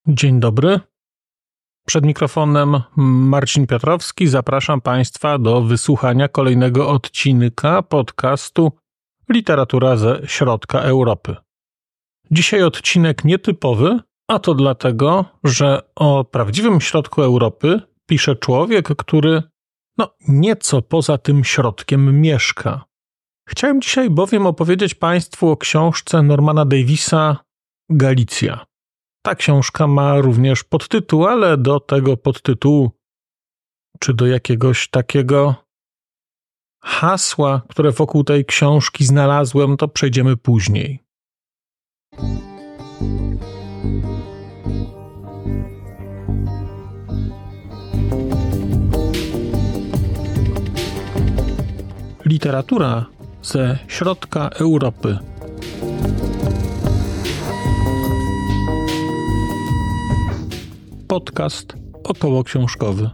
Dzień dobry. Przed mikrofonem Marcin Piotrowski. Zapraszam Państwa do wysłuchania kolejnego odcinka podcastu Literatura ze Środka Europy. Dzisiaj odcinek nietypowy, a to dlatego, że o prawdziwym środku Europy pisze człowiek, który nieco poza tym środkiem mieszka. Chciałem dzisiaj bowiem opowiedzieć Państwu o książce Normana Davisa Galicja. Ta książka ma również podtytuł, ale do tego podtytułu, czy do jakiegoś takiego hasła, które wokół tej książki znalazłem, to przejdziemy później. Literatura ze Środka Europy. Podcast okołoksiążkowy.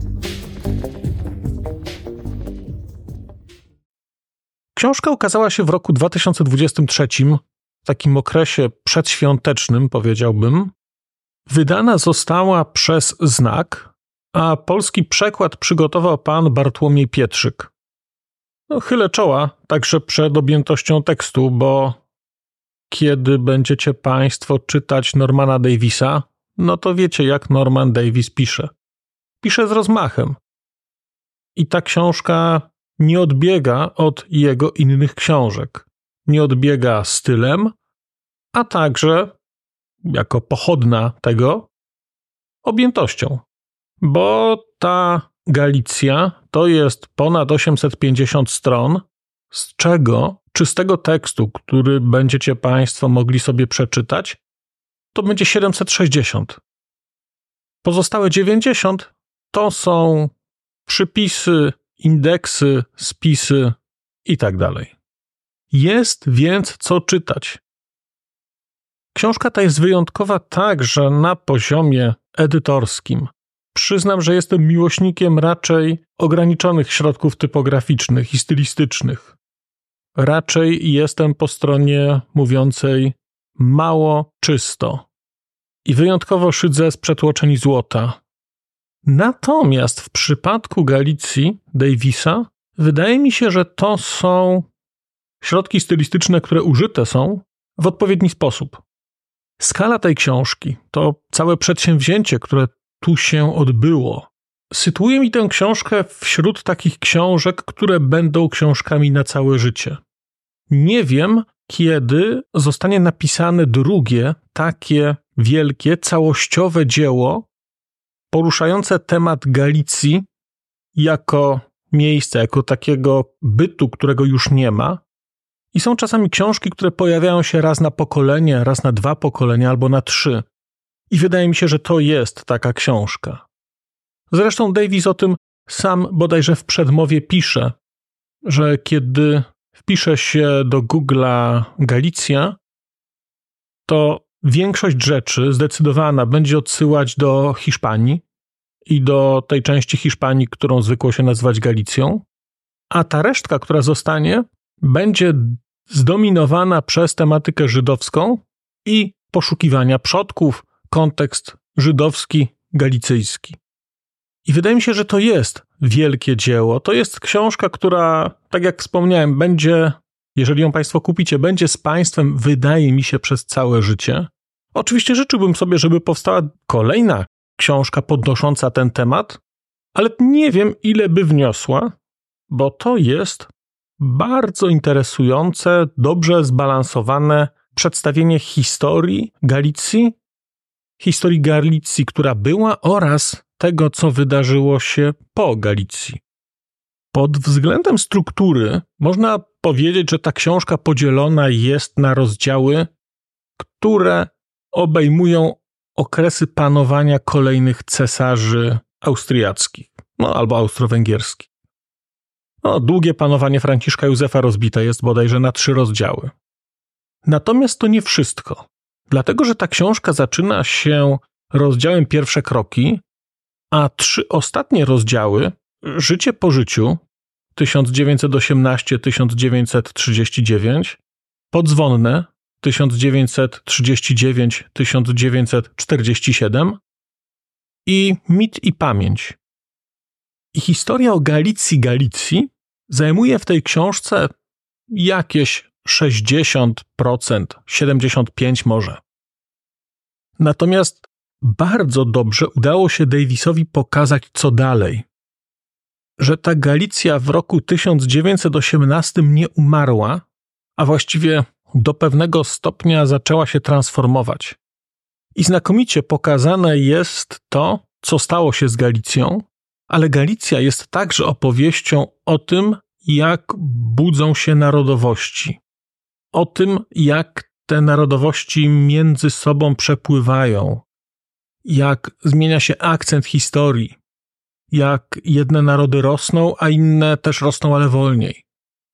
Książka ukazała się w roku 2023, w takim okresie przedświątecznym, powiedziałbym. Wydana została przez Znak, a polski przekład przygotował pan Bartłomiej Pietrzyk. Chylę czoła także przed objętością tekstu, bo kiedy będziecie Państwo czytać Normana Davisa, to wiecie, jak Norman Davis pisze. Pisze z rozmachem. I ta książka nie odbiega od jego innych książek. Nie odbiega stylem, a także, jako pochodna tego, objętością. Bo ta Galicja to jest ponad 850 stron, z czego czystego tekstu, który będziecie Państwo mogli sobie przeczytać, to będzie 760. Pozostałe 90 to są przypisy, indeksy, spisy i tak dalej. Jest więc co czytać. Książka ta jest wyjątkowa także na poziomie edytorskim. Przyznam, że jestem miłośnikiem raczej ograniczonych środków typograficznych i stylistycznych. Raczej jestem po stronie mówiącej mało czysto i wyjątkowo szydzę z przetłoczeń złota. Natomiast w przypadku Galicji Davisa wydaje mi się, że to są środki stylistyczne, które użyte są w odpowiedni sposób. Skala tej książki, to całe przedsięwzięcie, które tu się odbyło, sytuuje mi tę książkę wśród takich książek, które będą książkami na całe życie. Nie wiem, kiedy zostanie napisane drugie, takie wielkie, całościowe dzieło poruszające temat Galicji jako miejsca, jako takiego bytu, którego już nie ma. I są czasami książki, które pojawiają się raz na pokolenie, raz na 2 pokolenia albo na 3. I wydaje mi się, że to jest taka książka. Zresztą Davis o tym sam bodajże w przedmowie pisze, że kiedy wpisze się do Google'a Galicja, to większość rzeczy zdecydowana będzie odsyłać do Hiszpanii i do tej części Hiszpanii, którą zwykło się nazywać Galicją, a ta resztka, która zostanie, będzie zdominowana przez tematykę żydowską i poszukiwania przodków, kontekst żydowski, galicyjski. I wydaje mi się, że to jest wielkie dzieło. To jest książka, która, tak jak wspomniałem, będzie, jeżeli ją Państwo kupicie, będzie z Państwem, wydaje mi się, przez całe życie. Oczywiście życzyłbym sobie, żeby powstała kolejna książka podnosząca ten temat, ale nie wiem, ile by wniosła, bo to jest bardzo interesujące, dobrze zbalansowane przedstawienie historii Galicji, która była, oraz tego, co wydarzyło się po Galicji. Pod względem struktury można powiedzieć, że ta książka podzielona jest na rozdziały, które obejmują okresy panowania kolejnych cesarzy austriackich, albo austro-węgierskich. Długie panowanie Franciszka Józefa rozbite jest bodajże na 3 rozdziały. Natomiast to nie wszystko. Dlatego, że ta książka zaczyna się rozdziałem Pierwsze kroki, a 3 ostatnie rozdziały, Życie po życiu, 1918-1939, Podzwonne, 1939-1947 i Mit i pamięć. I historia o Galicji zajmuje w tej książce jakieś 60%, 75% może. Natomiast bardzo dobrze udało się Davisowi pokazać, co dalej. Że ta Galicja w roku 1918 nie umarła, a właściwie do pewnego stopnia zaczęła się transformować. I znakomicie pokazane jest to, co stało się z Galicją, ale Galicja jest także opowieścią o tym, jak budzą się narodowości. O tym, jak te narodowości między sobą przepływają, jak zmienia się akcent historii, jak jedne narody rosną, a inne też rosną, ale wolniej.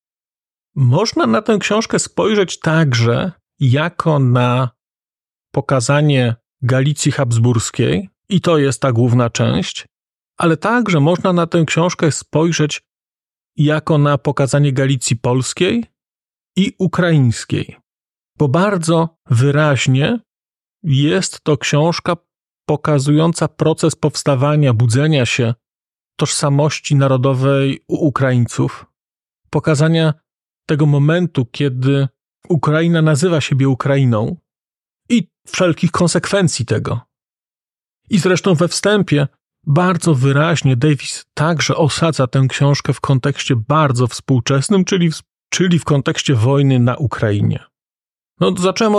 Można na tę książkę spojrzeć także jako na pokazanie Galicji habsburskiej, i to jest ta główna część, ale także można na tę książkę spojrzeć jako na pokazanie Galicji polskiej i ukraińskiej, bo bardzo wyraźnie jest to książka pokazująca proces powstawania, budzenia się tożsamości narodowej u Ukraińców, pokazania tego momentu, kiedy Ukraina nazywa siebie Ukrainą i wszelkich konsekwencji tego. I zresztą we wstępie bardzo wyraźnie Davis także osadza tę książkę w kontekście bardzo współczesnym, czyli w kontekście wojny na Ukrainie. No, zacząłem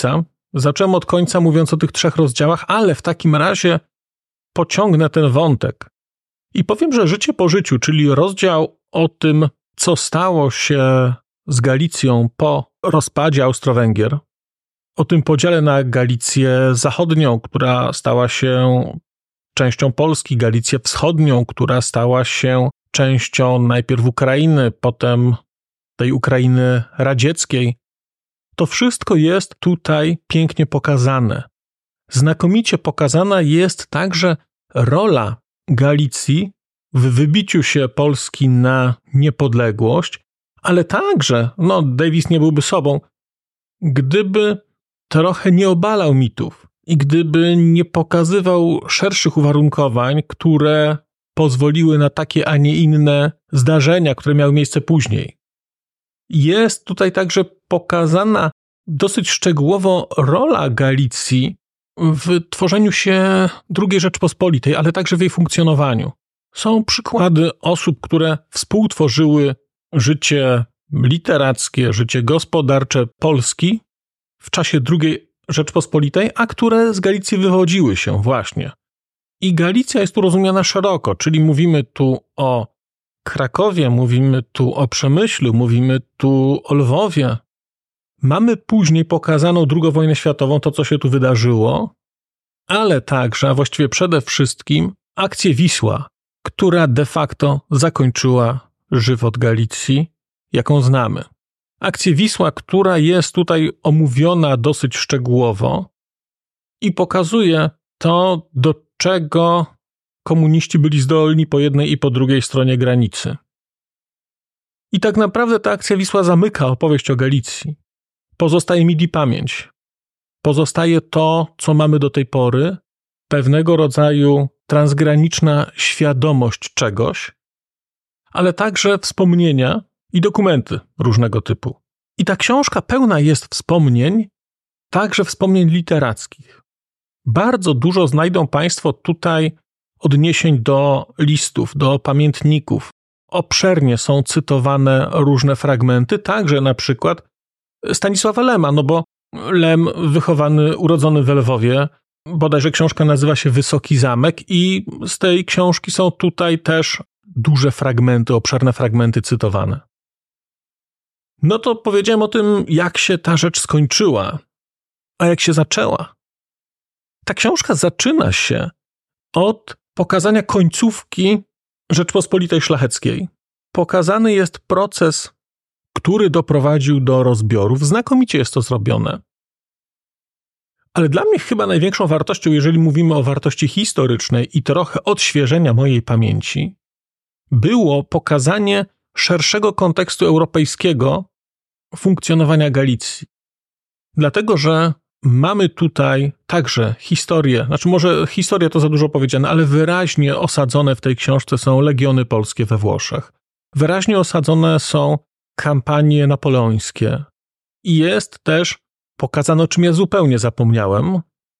od końca mówiąc o tych 3 rozdziałach, ale w takim razie pociągnę ten wątek i powiem, że Życie po życiu, czyli rozdział o tym, co stało się z Galicją po rozpadzie Austro-Węgier, o tym podziale na Galicję Zachodnią, która stała się częścią Polski, Galicję Wschodnią, która stała się częścią najpierw Ukrainy, potem tej Ukrainy radzieckiej. To wszystko jest tutaj pięknie pokazane. Znakomicie pokazana jest także rola Galicji w wybiciu się Polski na niepodległość, ale także, Davis nie byłby sobą, gdyby trochę nie obalał mitów i gdyby nie pokazywał szerszych uwarunkowań, które pozwoliły na takie, a nie inne zdarzenia, które miały miejsce później. Jest tutaj także pokazana dosyć szczegółowo rola Galicji w tworzeniu się II Rzeczpospolitej, ale także w jej funkcjonowaniu. Są przykłady osób, które współtworzyły życie literackie, życie gospodarcze Polski w czasie II Rzeczpospolitej, a które z Galicji wywodziły się właśnie. I Galicja jest tu rozumiana szeroko, czyli mówimy tu o Krakowie, mówimy tu o Przemyślu, mówimy tu o Lwowie. Mamy później pokazaną II wojnę światową, to co się tu wydarzyło, ale także, a właściwie przede wszystkim akcję Wisła, która de facto zakończyła żywot Galicji, jaką znamy. Akcję Wisła, która jest tutaj omówiona dosyć szczegółowo i pokazuje to, do czego komuniści byli zdolni po jednej i po drugiej stronie granicy. I tak naprawdę ta akcja Wisła zamyka opowieść o Galicji. Pozostaje Mit i pamięć. Pozostaje to, co mamy do tej pory, pewnego rodzaju transgraniczna świadomość czegoś, ale także wspomnienia i dokumenty różnego typu. I ta książka pełna jest wspomnień, także wspomnień literackich. Bardzo dużo znajdą Państwo tutaj odniesień do listów, do pamiętników. Obszernie są cytowane różne fragmenty, także na przykład Stanisława Lema, bo Lem urodzony w Lwowie, bodajże książka nazywa się Wysoki Zamek i z tej książki są tutaj też duże fragmenty, obszerne fragmenty cytowane. No to powiedziałem o tym, jak się ta rzecz skończyła, a jak się zaczęła. Ta książka zaczyna się od pokazania końcówki Rzeczpospolitej Szlacheckiej. Pokazany jest proces, który doprowadził do rozbiorów. Znakomicie jest to zrobione. Ale dla mnie chyba największą wartością, jeżeli mówimy o wartości historycznej i trochę odświeżenia mojej pamięci, było pokazanie szerszego kontekstu europejskiego funkcjonowania Galicji. Dlatego, że mamy tutaj także historię, znaczy może historia to za dużo powiedziane, ale wyraźnie osadzone w tej książce są legiony polskie we Włoszech. Wyraźnie osadzone są kampanie napoleońskie. I jest też pokazane, o czym ja zupełnie zapomniałem,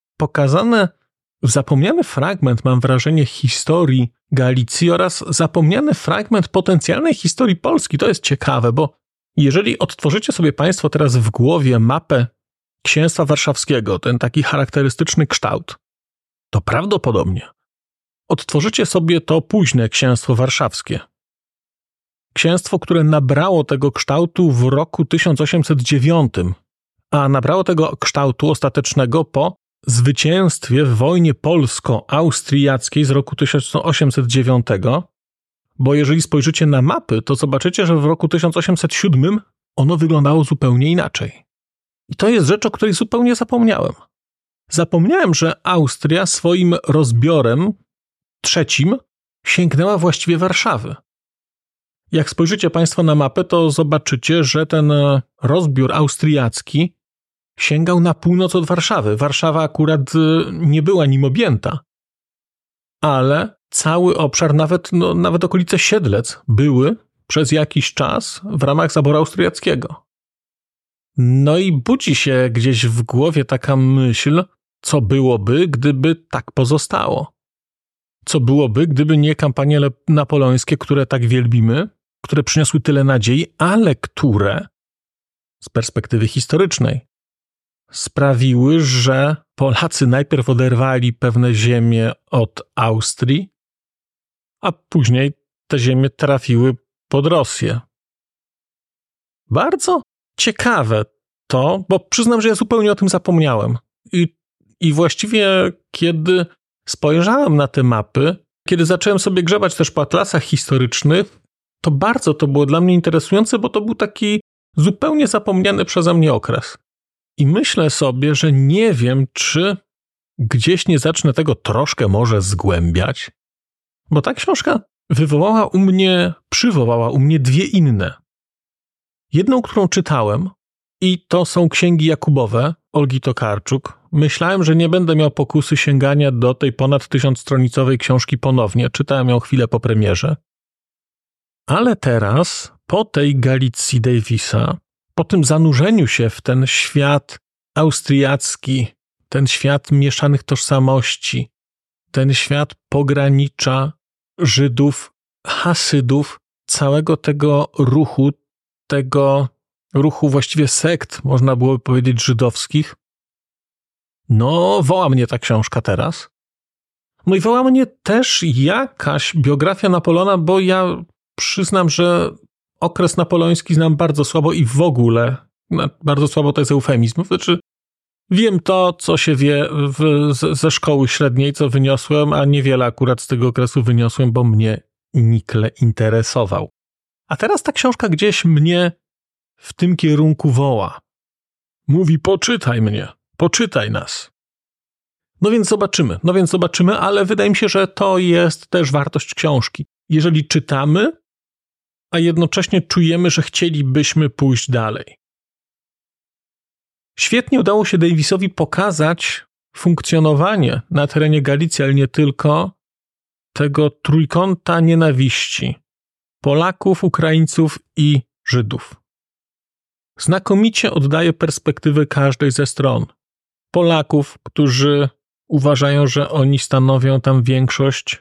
zapomniany fragment, mam wrażenie, historii Galicji oraz zapomniany fragment potencjalnej historii Polski. To jest ciekawe, bo jeżeli odtworzycie sobie Państwo teraz w głowie mapę Księstwa Warszawskiego, ten taki charakterystyczny kształt, to prawdopodobnie odtworzycie sobie to późne Księstwo Warszawskie. Księstwo, które nabrało tego kształtu w roku 1809, a nabrało tego kształtu ostatecznego po zwycięstwie w wojnie polsko-austriackiej z roku 1809, bo jeżeli spojrzycie na mapy, to zobaczycie, że w roku 1807 ono wyglądało zupełnie inaczej. I to jest rzecz, o której zupełnie zapomniałem. Zapomniałem, że Austria swoim rozbiorem trzecim sięgnęła właściwie Warszawy. Jak spojrzycie Państwo na mapę, to zobaczycie, że ten rozbiór austriacki sięgał na północ od Warszawy. Warszawa akurat nie była nim objęta, ale cały obszar, nawet okolice Siedlec były przez jakiś czas w ramach zaboru austriackiego. No i budzi się gdzieś w głowie taka myśl, co byłoby, gdyby tak pozostało. Co byłoby, gdyby nie kampanie napoleońskie, które tak wielbimy, które przyniosły tyle nadziei, ale które z perspektywy historycznej sprawiły, że Polacy najpierw oderwali pewne ziemie od Austrii, a później te ziemie trafiły pod Rosję. Bardzo ciekawe to, bo przyznam, że ja zupełnie o tym zapomniałem. I właściwie kiedy spojrzałem na te mapy, kiedy zacząłem sobie grzebać też po atlasach historycznych, to bardzo to było dla mnie interesujące, bo to był taki zupełnie zapomniany przeze mnie okres. I myślę sobie, że nie wiem, czy gdzieś nie zacznę tego troszkę może zgłębiać, bo ta książka przywołała u mnie dwie inne. Jedną, którą czytałem, i to są księgi Jakubowe Olgi Tokarczuk. Myślałem, że nie będę miał pokusy sięgania do tej ponad 1000-stronicowej książki ponownie. Czytałem ją chwilę po premierze. Ale teraz, po tej Galicji Davisa, po tym zanurzeniu się w ten świat austriacki, ten świat mieszanych tożsamości, ten świat pogranicza Żydów, Hasydów, całego tego ruchu właściwie sekt, można byłoby powiedzieć, żydowskich, no woła mnie ta książka teraz. No i woła mnie też jakaś biografia Napoleona, bo ja przyznam, że okres napoleoński znam bardzo słabo i w ogóle, bardzo słabo to jest eufemizm, znaczy wiem to, co się wie ze szkoły średniej, co wyniosłem, a niewiele akurat z tego okresu wyniosłem, bo mnie nikle interesował. A teraz ta książka gdzieś mnie w tym kierunku woła. Mówi, poczytaj mnie, poczytaj nas. No więc zobaczymy, ale wydaje mi się, że to jest też wartość książki. Jeżeli czytamy, a jednocześnie czujemy, że chcielibyśmy pójść dalej. Świetnie udało się Davisowi pokazać funkcjonowanie na terenie Galicji, ale nie tylko, tego trójkąta nienawiści Polaków, Ukraińców i Żydów. Znakomicie oddaje perspektywę każdej ze stron. Polaków, którzy uważają, że oni stanowią tam większość,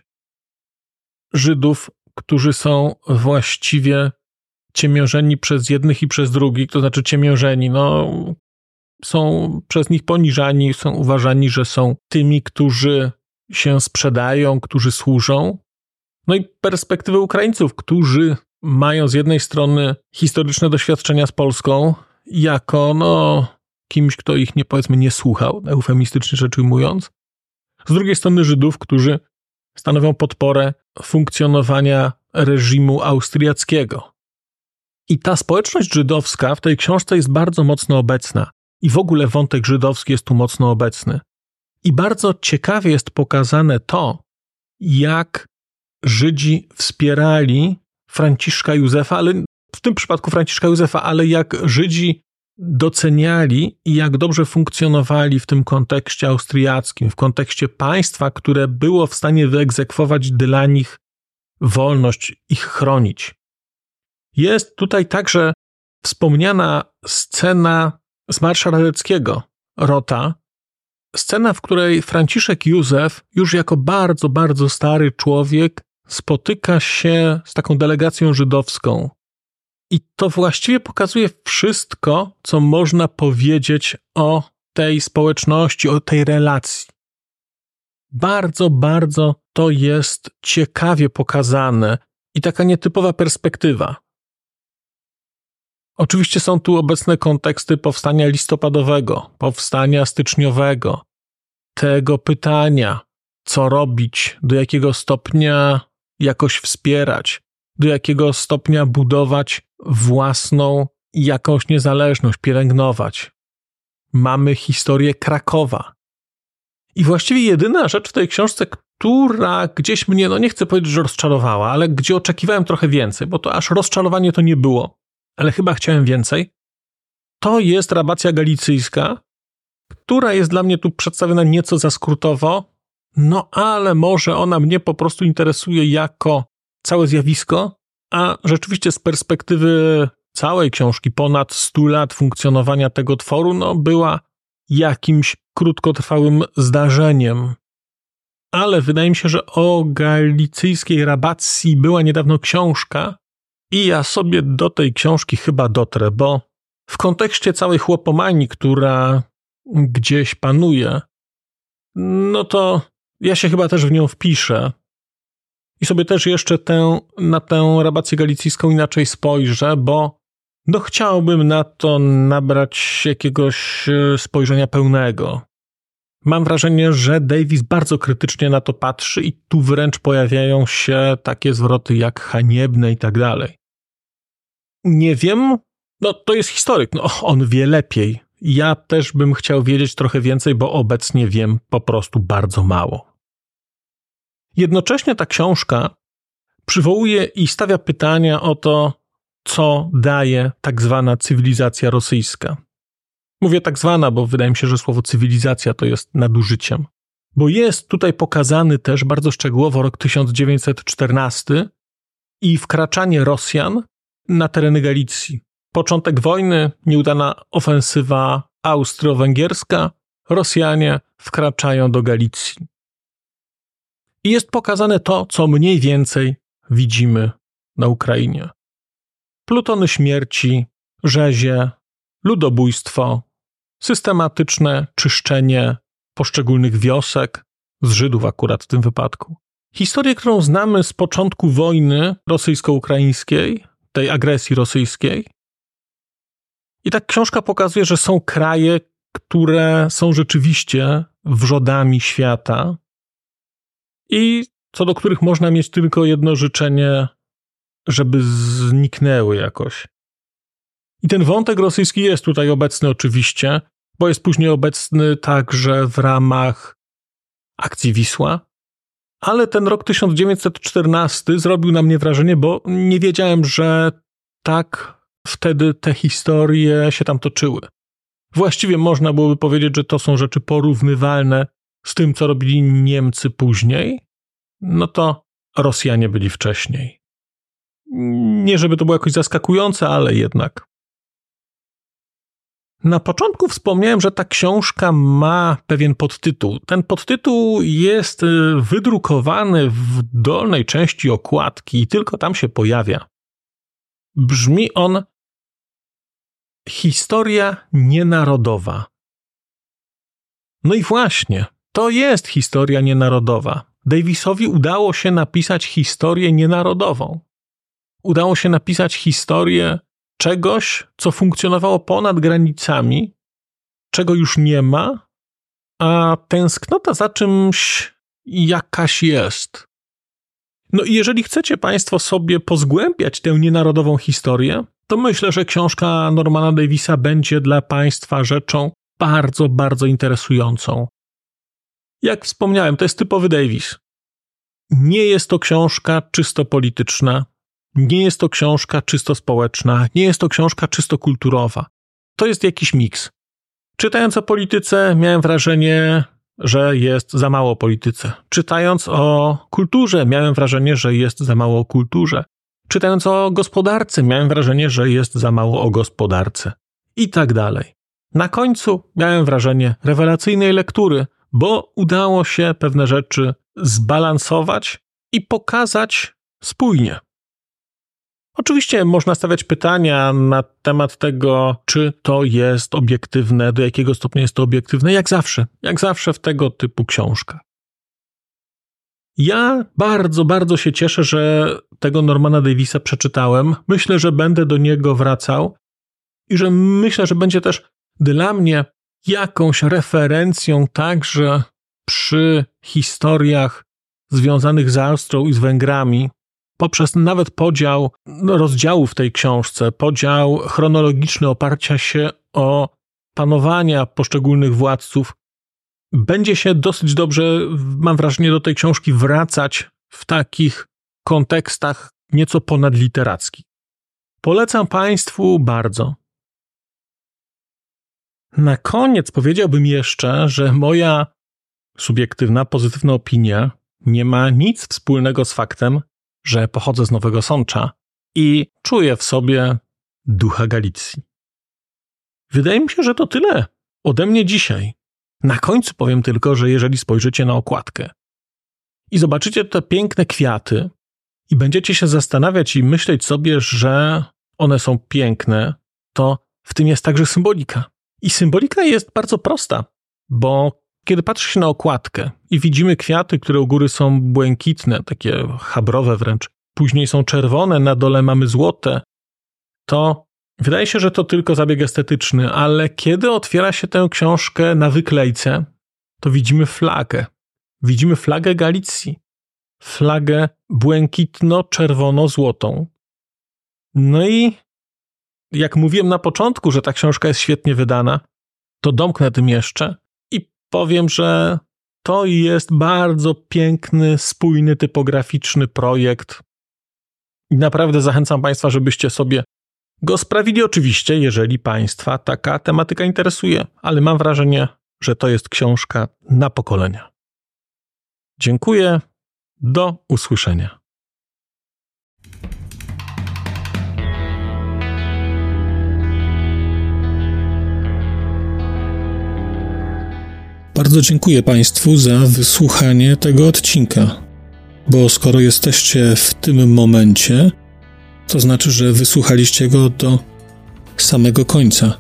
Żydów, którzy są właściwie ciemiężeni przez jednych i przez drugich, to znaczy ciemiężeni, są przez nich poniżani, są uważani, że są tymi, którzy się sprzedają, którzy służą. No i perspektywy Ukraińców, którzy mają z jednej strony historyczne doświadczenia z Polską, jako kimś, kto ich nie słuchał, eufemistycznie rzecz ujmując. Z drugiej strony Żydów, którzy stanowią podporę funkcjonowania reżimu austriackiego. I ta społeczność żydowska w tej książce jest bardzo mocno obecna. I w ogóle wątek żydowski jest tu mocno obecny. I bardzo ciekawie jest pokazane to, jak Żydzi wspierali Franciszka Józefa, ale w tym przypadku Franciszka Józefa, ale jak Żydzi doceniali i jak dobrze funkcjonowali w tym kontekście austriackim, w kontekście państwa, które było w stanie wyegzekwować dla nich wolność, ich chronić. Jest tutaj także wspomniana scena z Marsza Rareckiego, Rota, scena, w której Franciszek Józef, już jako bardzo, bardzo stary człowiek, spotyka się z taką delegacją żydowską. I to właściwie pokazuje wszystko, co można powiedzieć o tej społeczności, o tej relacji. Bardzo, bardzo to jest ciekawie pokazane i taka nietypowa perspektywa. Oczywiście są tu obecne konteksty powstania listopadowego, powstania styczniowego, tego pytania, co robić, do jakiego stopnia jakoś wspierać, do jakiego stopnia budować własną jakąś niezależność, pielęgnować. Mamy historię Krakowa. I właściwie jedyna rzecz w tej książce, która gdzieś mnie, nie chcę powiedzieć, że rozczarowała, ale gdzie oczekiwałem trochę więcej, bo to aż rozczarowanie to nie było, ale chyba chciałem więcej, to jest Rabacja Galicyjska, która jest dla mnie tu przedstawiona nieco za skrótowo, ale może ona mnie po prostu interesuje jako całe zjawisko, a rzeczywiście z perspektywy całej książki, ponad 100 lat funkcjonowania tego tworu, była jakimś krótkotrwałym zdarzeniem. Ale wydaje mi się, że o galicyjskiej rabacji była niedawno książka i ja sobie do tej książki chyba dotrę, bo w kontekście całej chłopomanii, która gdzieś panuje, to ja się chyba też w nią wpiszę i sobie też jeszcze na tę rabację galicyjską inaczej spojrzę, bo chciałbym na to nabrać jakiegoś spojrzenia pełnego. Mam wrażenie, że Davies bardzo krytycznie na to patrzy i tu wręcz pojawiają się takie zwroty jak haniebne i tak dalej. Nie wiem, to jest historyk, on wie lepiej. Ja też bym chciał wiedzieć trochę więcej, bo obecnie wiem po prostu bardzo mało. Jednocześnie ta książka przywołuje i stawia pytania o to, co daje tak zwana cywilizacja rosyjska. Mówię tak zwana, bo wydaje mi się, że słowo cywilizacja to jest nadużyciem. Bo jest tutaj pokazany też bardzo szczegółowo rok 1914 i wkraczanie Rosjan na tereny Galicji. Początek wojny, nieudana ofensywa austro-węgierska, Rosjanie wkraczają do Galicji. I jest pokazane to, co mniej więcej widzimy na Ukrainie. Plutony śmierci, rzezie, ludobójstwo, systematyczne czyszczenie poszczególnych wiosek, z Żydów akurat w tym wypadku. Historię, którą znamy z początku wojny rosyjsko-ukraińskiej, tej agresji rosyjskiej. I ta książka pokazuje, że są kraje, które są rzeczywiście wrzodami świata i co do których można mieć tylko jedno życzenie, żeby zniknęły jakoś. I ten wątek rosyjski jest tutaj obecny oczywiście, bo jest później obecny także w ramach akcji Wisła, ale ten rok 1914 zrobił na mnie wrażenie, bo nie wiedziałem, że tak wtedy te historie się tam toczyły. Właściwie można byłoby powiedzieć, że to są rzeczy porównywalne z tym, co robili Niemcy później, to Rosjanie byli wcześniej. Nie żeby to było jakoś zaskakujące, ale jednak. Na początku wspomniałem, że ta książka ma pewien podtytuł. Ten podtytuł jest wydrukowany w dolnej części okładki i tylko tam się pojawia. Brzmi on Historia nienarodowa. I właśnie, to jest historia nienarodowa. Davisowi udało się napisać historię nienarodową. Udało się napisać historię czegoś, co funkcjonowało ponad granicami, czego już nie ma, a tęsknota za czymś jakaś jest. I jeżeli chcecie Państwo sobie pozgłębiać tę nienarodową historię, to myślę, że książka Normana Davisa będzie dla Państwa rzeczą bardzo, bardzo interesującą. Jak wspomniałem, to jest typowy Davis. Nie jest to książka czysto polityczna, nie jest to książka czysto społeczna, nie jest to książka czysto kulturowa. to jest jakiś miks. Czytając o polityce, miałem wrażenie, że jest za mało o polityce. Czytając o kulturze, miałem wrażenie, że jest za mało o kulturze. Czytając o gospodarce, miałem wrażenie, że jest za mało o gospodarce. I tak dalej. Na końcu miałem wrażenie rewelacyjnej lektury, bo udało się pewne rzeczy zbalansować i pokazać spójnie. Oczywiście można stawiać pytania na temat tego, czy to jest obiektywne, do jakiego stopnia jest to obiektywne, jak zawsze w tego typu książkach. Ja bardzo, bardzo się cieszę, że tego Normana Davisa przeczytałem. Myślę, że będę do niego wracał i że myślę, że będzie też dla mnie jakąś referencją także przy historiach związanych z Austrią i z Węgrami, poprzez nawet podział rozdziałów w tej książce, podział chronologiczny oparcia się o panowania poszczególnych władców, będzie się dosyć dobrze, mam wrażenie, do tej książki wracać w takich kontekstach nieco ponadliterackich. Polecam Państwu bardzo. Na koniec powiedziałbym jeszcze, że moja subiektywna, pozytywna opinia nie ma nic wspólnego z faktem, że pochodzę z Nowego Sącza i czuję w sobie ducha Galicji. Wydaje mi się, że to tyle ode mnie dzisiaj. Na końcu powiem tylko, że jeżeli spojrzycie na okładkę i zobaczycie te piękne kwiaty i będziecie się zastanawiać i myśleć sobie, że one są piękne, to w tym jest także symbolika. I symbolika jest bardzo prosta, bo kiedy patrzy się na okładkę i widzimy kwiaty, które u góry są błękitne, takie chabrowe wręcz, później są czerwone, na dole mamy złote, to wydaje się, że to tylko zabieg estetyczny, ale kiedy otwiera się tę książkę na wyklejce, to widzimy flagę. Widzimy flagę Galicji. Flagę błękitno-czerwono-złotą. No i jak mówiłem na początku, że ta książka jest świetnie wydana, to domknę tym jeszcze i powiem, że to jest bardzo piękny, spójny, typograficzny projekt. I naprawdę zachęcam Państwa, żebyście sobie go sprawili, oczywiście, jeżeli Państwa taka tematyka interesuje, ale mam wrażenie, że to jest książka na pokolenia. Dziękuję. Do usłyszenia. Bardzo dziękuję Państwu za wysłuchanie tego odcinka, bo skoro jesteście w tym momencie, to znaczy, że wysłuchaliście go do samego końca.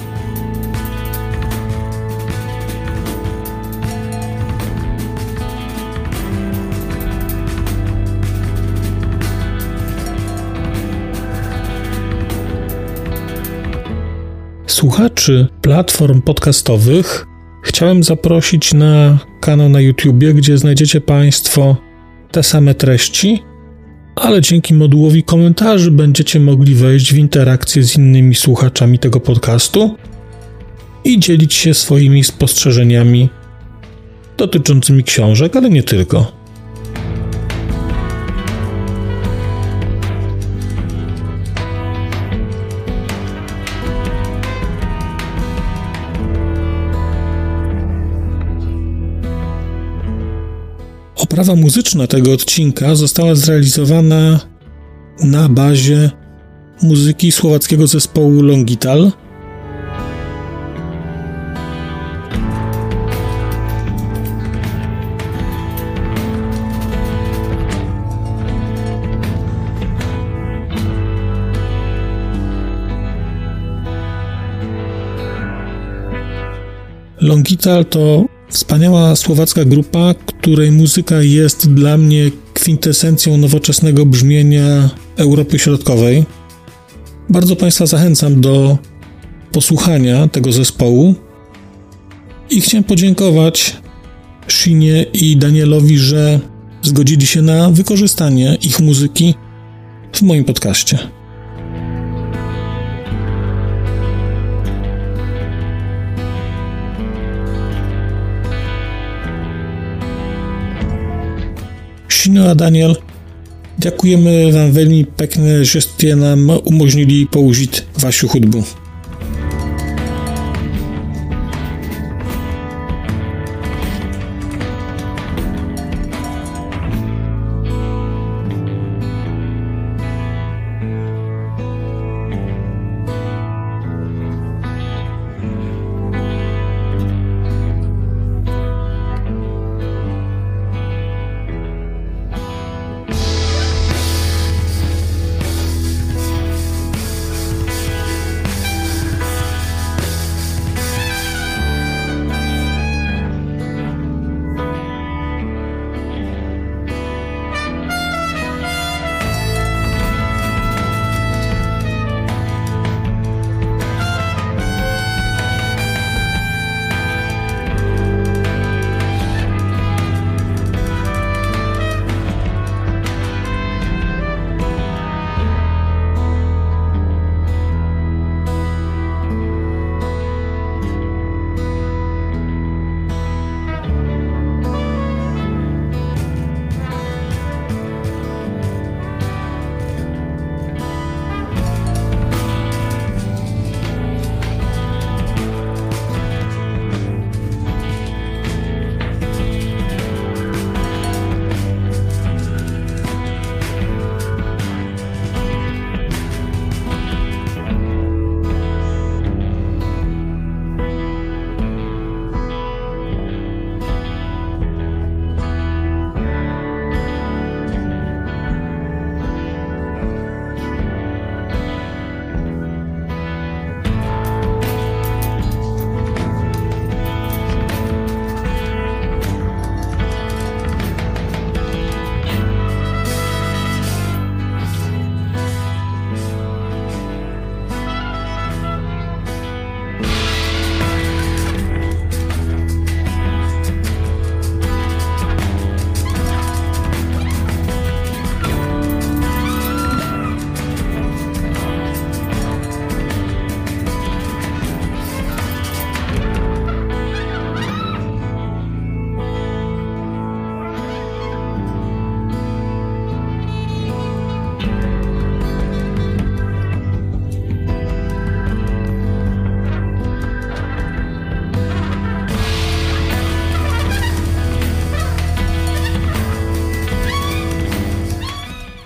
Słuchaczy platform podcastowych chciałem zaprosić na kanał na YouTubie, gdzie znajdziecie Państwo te same treści, ale dzięki modułowi komentarzy będziecie mogli wejść w interakcję z innymi słuchaczami tego podcastu i dzielić się swoimi spostrzeżeniami dotyczącymi książek, ale nie tylko. Oprawa muzyczna tego odcinka została zrealizowana na bazie muzyki słowackiego zespołu Longital. Longital to wspaniała słowacka grupa, której muzyka jest dla mnie kwintesencją nowoczesnego brzmienia Europy Środkowej. Bardzo Państwa zachęcam do posłuchania tego zespołu i chciałem podziękować Shinie i Danielowi, że zgodzili się na wykorzystanie ich muzyki w moim podcaście. Sino a Daniel, děkujeme vám velmi pekne, že ste nám umožnili použiť vašu hudbu.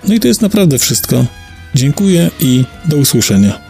No i to jest naprawdę wszystko. Dziękuję i do usłyszenia.